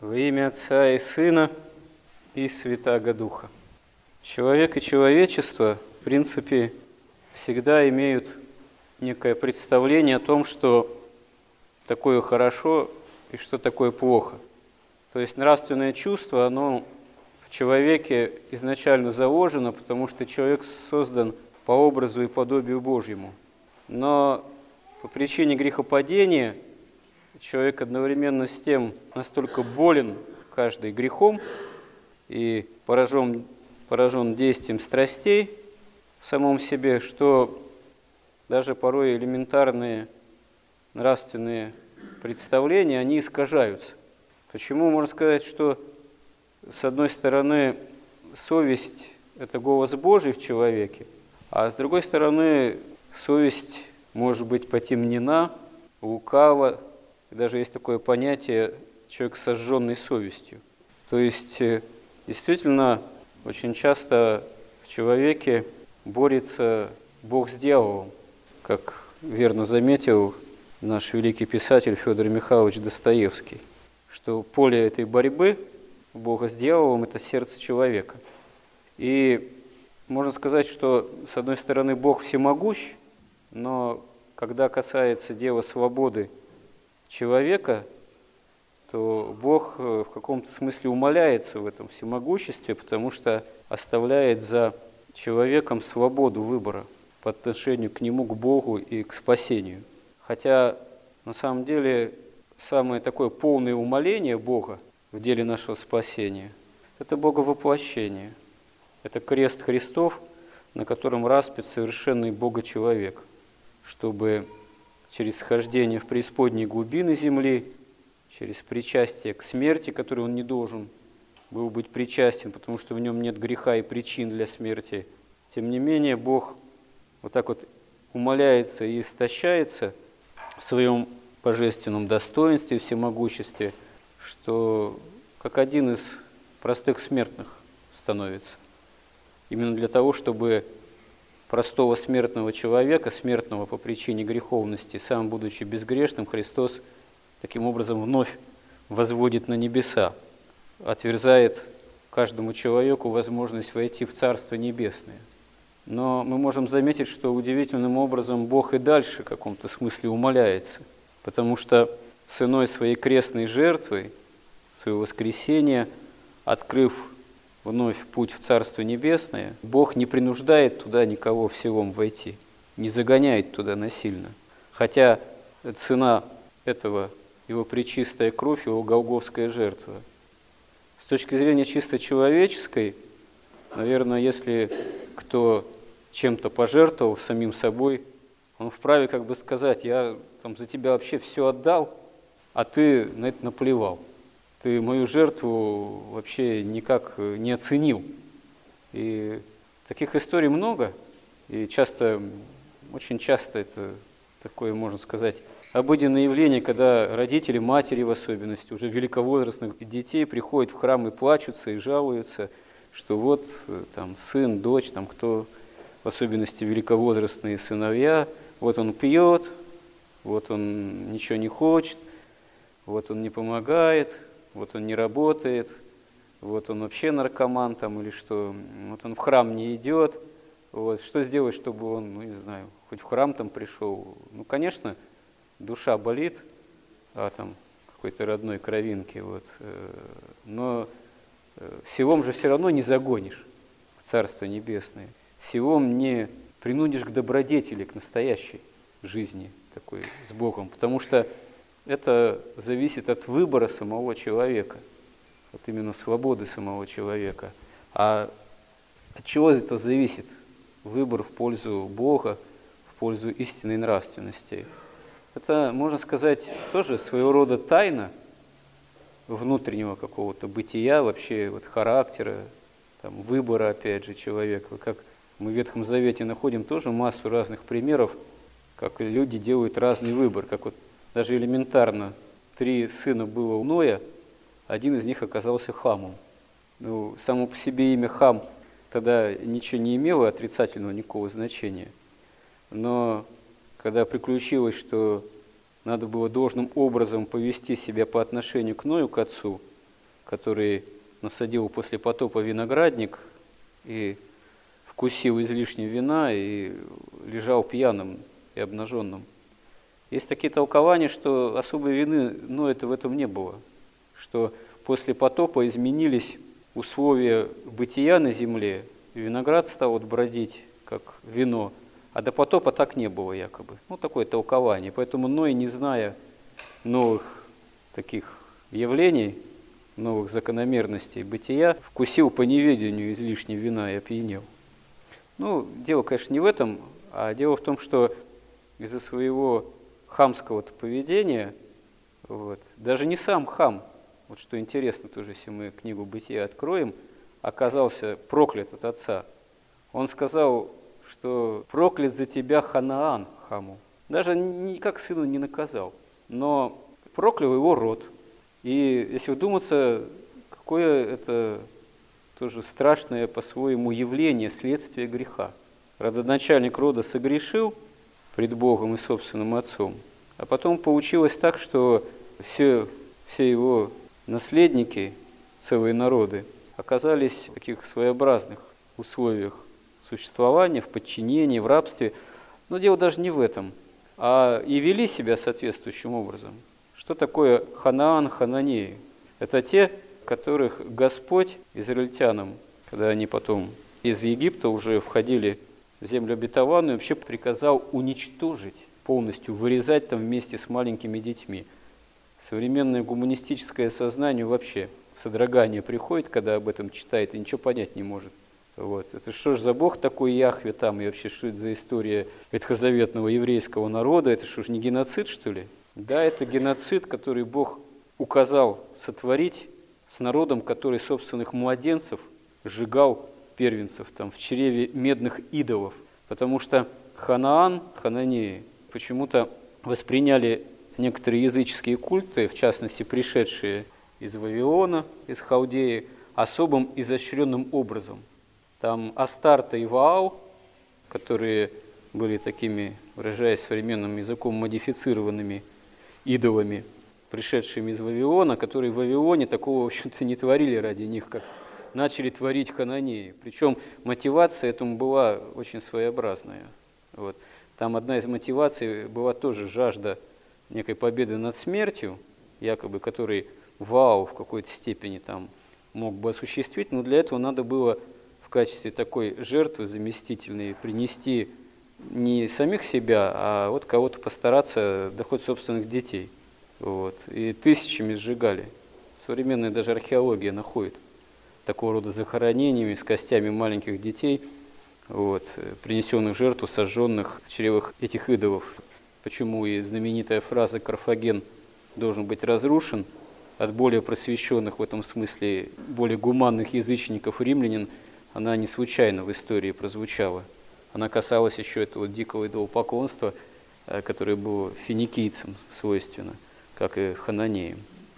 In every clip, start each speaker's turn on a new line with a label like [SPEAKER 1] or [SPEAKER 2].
[SPEAKER 1] Во имя Отца и Сына и Святаго Духа. Человек и человечество, в принципе, всегда имеют некое представление о том, что такое хорошо и что такое плохо. То есть нравственное чувство, оно в человеке изначально заложено, потому что человек создан по образу и подобию Божьему. Но по причине грехопадения человек одновременно с тем настолько болен каждый грехом и поражен действием страстей в самом себе, что даже порой элементарные нравственные представления, они искажаются. Почему можно сказать, что с одной стороны совесть – это голос Божий в человеке, а с другой стороны совесть может быть потемнена, лукава. И даже есть такое понятие «человек с сожженной совестью». То есть, действительно, очень часто в человеке борется Бог с дьяволом, как верно заметил наш великий писатель Федор Михайлович Достоевский, что поле этой борьбы Бога с дьяволом – это сердце человека. И можно сказать, что, с одной стороны, Бог всемогущ, но когда касается дела свободы человека, то Бог в каком-то смысле умаляется в этом всемогуществе, потому что оставляет за человеком свободу выбора по отношению к нему, к Богу и к спасению. Хотя на самом деле самое такое полное умаление Бога в деле нашего спасения – это Боговоплощение. Это крест Христов, на котором распят совершенный Бога-человек, чтобы через схождение в преисподние глубины земли, через причастие к смерти, которой он не должен был быть причастен, потому что в нем нет греха и причин для смерти. Тем не менее, Бог вот так вот умаляется и истощается в своем божественном достоинстве и всемогуществе, что как один из простых смертных становится. Именно для того, чтобы простого смертного человека, смертного по причине греховности, сам будучи безгрешным, Христос таким образом вновь возводит на небеса, отверзает каждому человеку возможность войти в Царство Небесное. Но мы можем заметить, что удивительным образом Бог и дальше в каком-то смысле умаляется, потому что ценой своей крестной жертвы, своего воскресения, открыв вновь путь в Царство Небесное, Бог не принуждает туда никого в силом войти, не загоняет туда насильно. Хотя цена этого, его пречистая кровь, его голгофская жертва. С точки зрения чисто человеческой, наверное, если кто чем-то пожертвовал самим собой, он вправе как бы сказать: я там за тебя вообще все отдал, а ты на это наплевал. Ты мою жертву вообще никак не оценил. И таких историй много, и очень часто это такое, можно сказать, обыденное явление, когда родители, матери в особенности, уже великовозрастных детей приходят в храм и плачутся, и жалуются, что вот там сын, дочь, там кто, в особенности великовозрастные сыновья, вот он пьет, вот он ничего не хочет, вот он не помогает, вот он не работает, вот он вообще наркоман там или что, вот он в храм не идет, вот, что сделать, чтобы он, не знаю, хоть в храм там пришел. Конечно, душа болит, там какой-то родной кровинки, вот, но силом же все равно не загонишь в Царство Небесное, силом не принудишь к добродетели, к настоящей жизни такой с Богом, потому что это зависит от выбора самого человека, от именно свободы самого человека. А от чего это зависит? Выбор в пользу Бога, в пользу истинной нравственности. Это, можно сказать, тоже своего рода тайна внутреннего какого-то бытия, вообще вот характера, там, выбора, опять же, человека. Как мы в Ветхом Завете находим тоже массу разных примеров, как люди делают разный выбор, как вот даже элементарно 3 сына было у Ноя, один из них оказался Хамом. Само по себе имя Хам тогда ничего не имело отрицательного никакого значения. Но когда приключилось, что надо было должным образом повести себя по отношению к Ною, к отцу, который насадил после потопа виноградник и вкусил излишнего вина и лежал пьяным и обнаженным. Есть такие толкования, что особой вины Ноя-то в этом не было, что после потопа изменились условия бытия на земле, и виноград стал бродить, как вино, а до потопа так не было якобы. Ну, такое толкование. Поэтому Ной, не зная новых таких явлений, новых закономерностей бытия, вкусил по неведению излишнего вина и опьянел. Ну, дело, конечно, не в этом, а дело в том, что из-за своего хамского поведения, даже не сам хам, вот что интересно тоже, если мы книгу «Бытия» откроем, оказался проклят от отца. Он сказал, что проклят за тебя Ханаан, Хаму. Даже никак сына не наказал, но проклял его род. И если вдуматься, какое это тоже страшное по-своему явление, следствие греха. Родоначальник рода согрешил пред Богом и собственным отцом, а потом получилось так, что все его наследники, целые народы, оказались в таких своеобразных условиях существования, в подчинении, в рабстве. Но дело даже не в этом, а и вели себя соответствующим образом. Что такое Ханаан, Хананеи? Это те, которых Господь израильтянам, когда они потом из Египта уже входили в землю обетованную, вообще приказал уничтожить, полностью вырезать там вместе с маленькими детьми. Современное гуманистическое сознание вообще в содрогание приходит, когда об этом читает, и ничего понять не может. Это что ж за Бог такой Яхве там, и вообще что это за история ветхозаветного еврейского народа, это что ж не геноцид, что ли? Да, это геноцид, который Бог указал сотворить с народом, который собственных младенцев сжигал первенцев там в чреве медных идолов, потому что Ханаан, Хананеи почему-то восприняли некоторые языческие культы, в частности пришедшие из Вавилона, из Халдеи, особым изощренным образом. Там Астарта и Ваал, которые были такими, выражаясь современным языком, модифицированными идолами, пришедшими из Вавилона, которые в Вавилоне такого, в общем-то, не творили ради них, как начали творить хананеи. Причем мотивация этому была очень своеобразная. Там одна из мотиваций была тоже жажда некой победы над смертью, якобы, который Ваал в какой-то степени там мог бы осуществить, но для этого надо было в качестве такой жертвы заместительной принести не самих себя, а кого-то постараться до хоть собственных детей. И тысячами сжигали. Современная даже археология находит такого рода захоронениями с костями маленьких детей, принесенных в жертву, сожженных в чревах этих идолов. Почему и знаменитая фраза «Карфаген должен быть разрушен» от более просвещенных в этом смысле, более гуманных язычников римлян, она не случайно в истории прозвучала. Она касалась еще этого дикого идолопоклонства, которое было финикийцам свойственно, как и хананеям.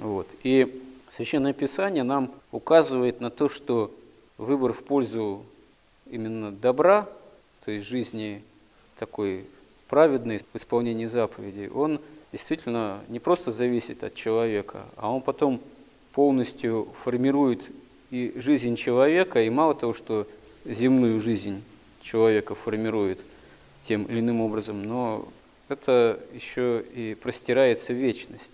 [SPEAKER 1] И Священное Писание нам указывает на то, что выбор в пользу именно добра, то есть жизни такой праведной в исполнении заповедей, он действительно не просто зависит от человека, а он потом полностью формирует и жизнь человека, и мало того, что земную жизнь человека формирует тем или иным образом, но это еще и простирается в вечность.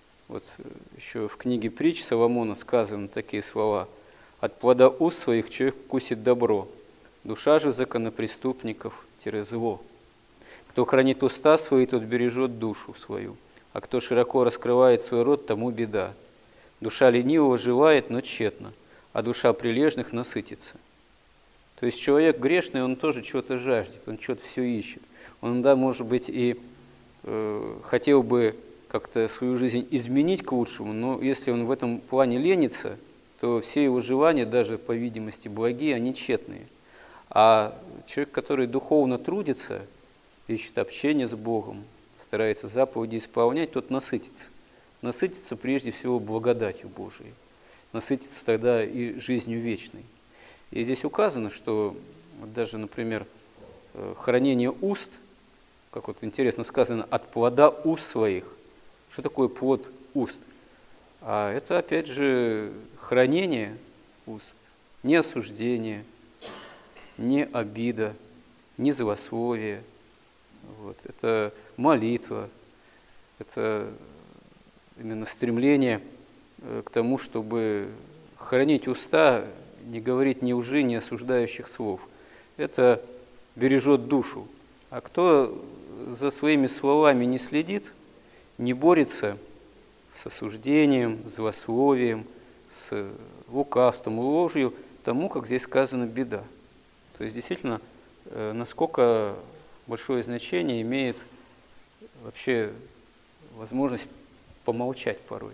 [SPEAKER 1] Еще в книге притч Соломона сказаны такие слова: «От плода уст своих человек вкусит добро, душа же законопреступников – зло. Кто хранит уста свои, тот бережет душу свою, а кто широко раскрывает свой рот, тому беда. Душа ленивого желает, но тщетно, а душа прилежных насытится». То есть человек грешный, он тоже чего-то жаждет, он что-то все ищет. Он, может быть, и хотел бы как-то свою жизнь изменить к лучшему, но если он в этом плане ленится, то все его желания, даже по видимости благие, они тщетные. А человек, который духовно трудится, ищет общение с Богом, старается заповеди исполнять, тот насытится. Насытится прежде всего благодатью Божией, насытится тогда и жизнью вечной. И здесь указано, что даже, например, хранение уст, как интересно сказано, от плода уст своих. Что такое плод уст? А это, опять же, хранение уст, не осуждение, не обида, не злословие. Вот. Это молитва, это именно стремление к тому, чтобы хранить уста, не говорить ни лжи, ни осуждающих слов. Это бережет душу. А кто за своими словами не следит, не борется с осуждением, злословием, с лукавством и ложью, тому, как здесь сказано, беда. То есть действительно, насколько большое значение имеет вообще возможность помолчать порой.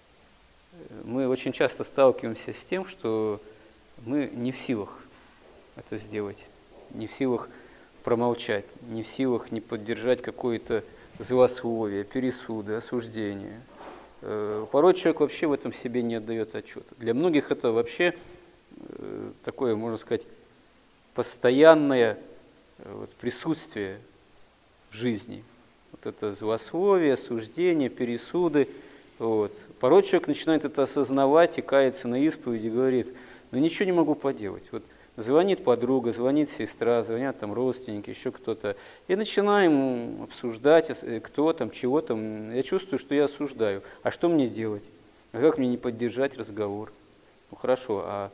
[SPEAKER 1] Мы очень часто сталкиваемся с тем, что мы не в силах это сделать, не в силах промолчать, не в силах не поддержать какое-то злословие, пересуды, осуждение. Порой человек вообще в этом себе не отдает отчета. Для многих это вообще такое, можно сказать, постоянное присутствие в жизни. Вот это злословие, осуждение, пересуды. Вот. Порой человек начинает это осознавать и кается на исповеди и говорит: ну ничего не могу поделать. Вот звонит подруга, звонит сестра, звонят там родственники, еще кто-то. И начинаем обсуждать, кто там, чего там. Я чувствую, что я осуждаю. А что мне делать? А как мне не поддержать разговор? Ну хорошо, а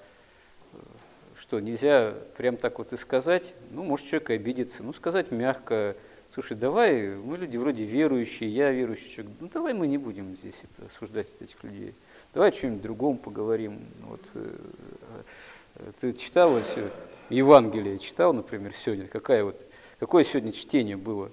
[SPEAKER 1] что, нельзя прям так вот и сказать? Ну, может, человек обидится. Ну, сказать мягко: слушай, давай, мы люди вроде верующие, я верующий человек, ну давай мы не будем здесь это осуждать этих людей. Давай о чем-нибудь другом поговорим. Вот, ты читал Евангелие, читал, например, сегодня? Какое сегодня чтение было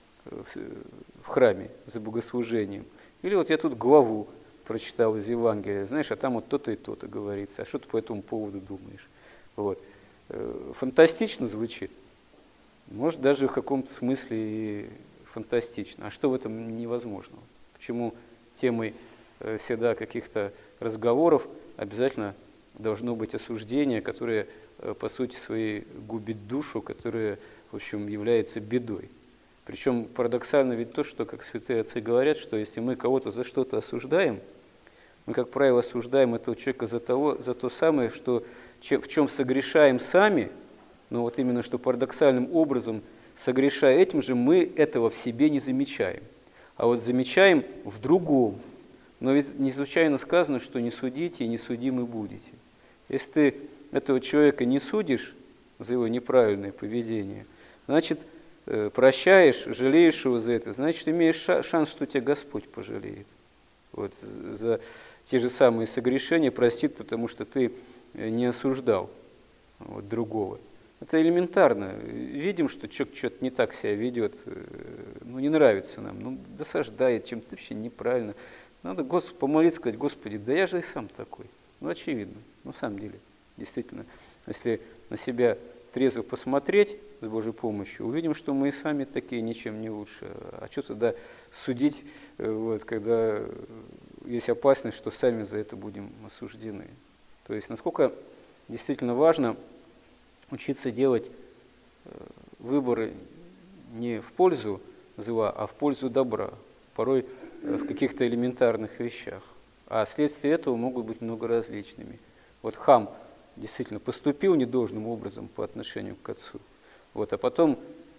[SPEAKER 1] в храме за богослужением? Или вот я тут главу прочитал из Евангелия, знаешь, а там вот то-то и то-то говорится. А что ты по этому поводу думаешь? Вот. Фантастично звучит. Может, даже в каком-то смысле и фантастично. А что в этом невозможного? Почему темой всегда каких-то разговоров обязательно должно быть осуждение, которое по сути своей губит душу, которое, в общем, является бедой? Причем парадоксально ведь то, что, как святые отцы говорят, что если мы кого-то за что-то осуждаем, мы, как правило, осуждаем этого человека за то самое, что, в чем согрешаем сами, но вот именно что парадоксальным образом, согрешая этим же, мы этого в себе не замечаем. А вот замечаем в другом. Но ведь не случайно сказано, что не судите и не судимы будете. Если ты этого человека не судишь за его неправильное поведение, значит, прощаешь, жалеешь его за это, значит, имеешь шанс, что тебя Господь пожалеет. Вот, за те же самые согрешения простит, потому что ты не осуждал другого. Это элементарно. Видим, что человек что-то не так себя ведет, ну, не нравится нам, ну, досаждает, чем-то вообще неправильно. Надо помолиться, сказать: Господи, да я же и сам такой. Ну, очевидно, на самом деле, действительно. Если на себя трезво посмотреть с Божьей помощью, увидим, что мы и сами такие, ничем не лучше. А что тогда судить, вот, когда есть опасность, что сами за это будем осуждены? То есть, насколько действительно важно учиться делать выборы не в пользу зла, а в пользу добра, порой в каких-то элементарных вещах. А следствия этого могут быть многоразличными. Вот хам действительно поступил недолжным образом по отношению к отцу, вот, а потом,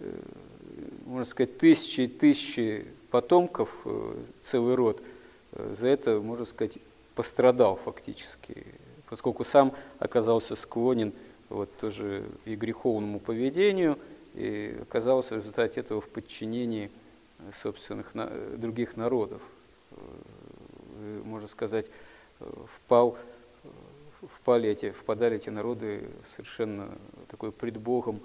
[SPEAKER 1] можно сказать, тысячи и тысячи потомков, целый род, за это, можно сказать, пострадал фактически, поскольку сам оказался склонен вот тоже и греховному поведению, и оказался в результате этого в подчинении собственных других народов. Можно сказать, впадали эти народы совершенно такой пред Богом,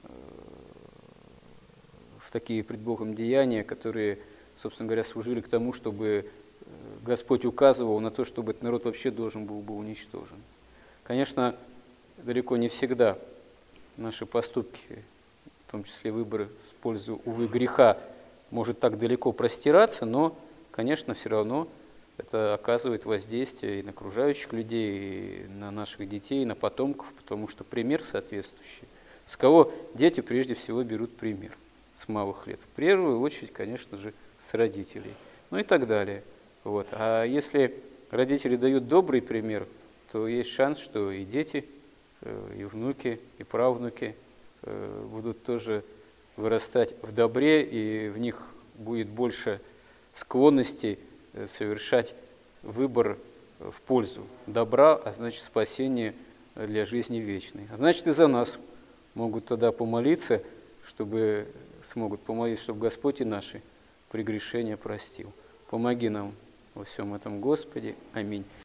[SPEAKER 1] в такие пред Богом деяния, которые, собственно говоря, служили к тому, чтобы Господь указывал на то, чтобы этот народ вообще должен был бы уничтожен. Конечно, далеко не всегда наши поступки, в том числе выборы в пользу, увы, греха, может так далеко простираться, но, конечно, все равно это оказывает воздействие и на окружающих людей, и на наших детей, и на потомков, потому что пример соответствующий. С кого дети прежде всего берут пример? С малых лет. В первую очередь, конечно же, с родителей. Ну и так далее. Вот. А если родители дают добрый пример, что есть шанс, что и дети, и внуки, и правнуки будут тоже вырастать в добре, и в них будет больше склонностей совершать выбор в пользу добра, а значит спасение для жизни вечной. А значит и за нас могут тогда помолиться, смогут помолиться, чтобы Господь и наши прегрешения простил. Помоги нам во всем этом, Господи. Аминь.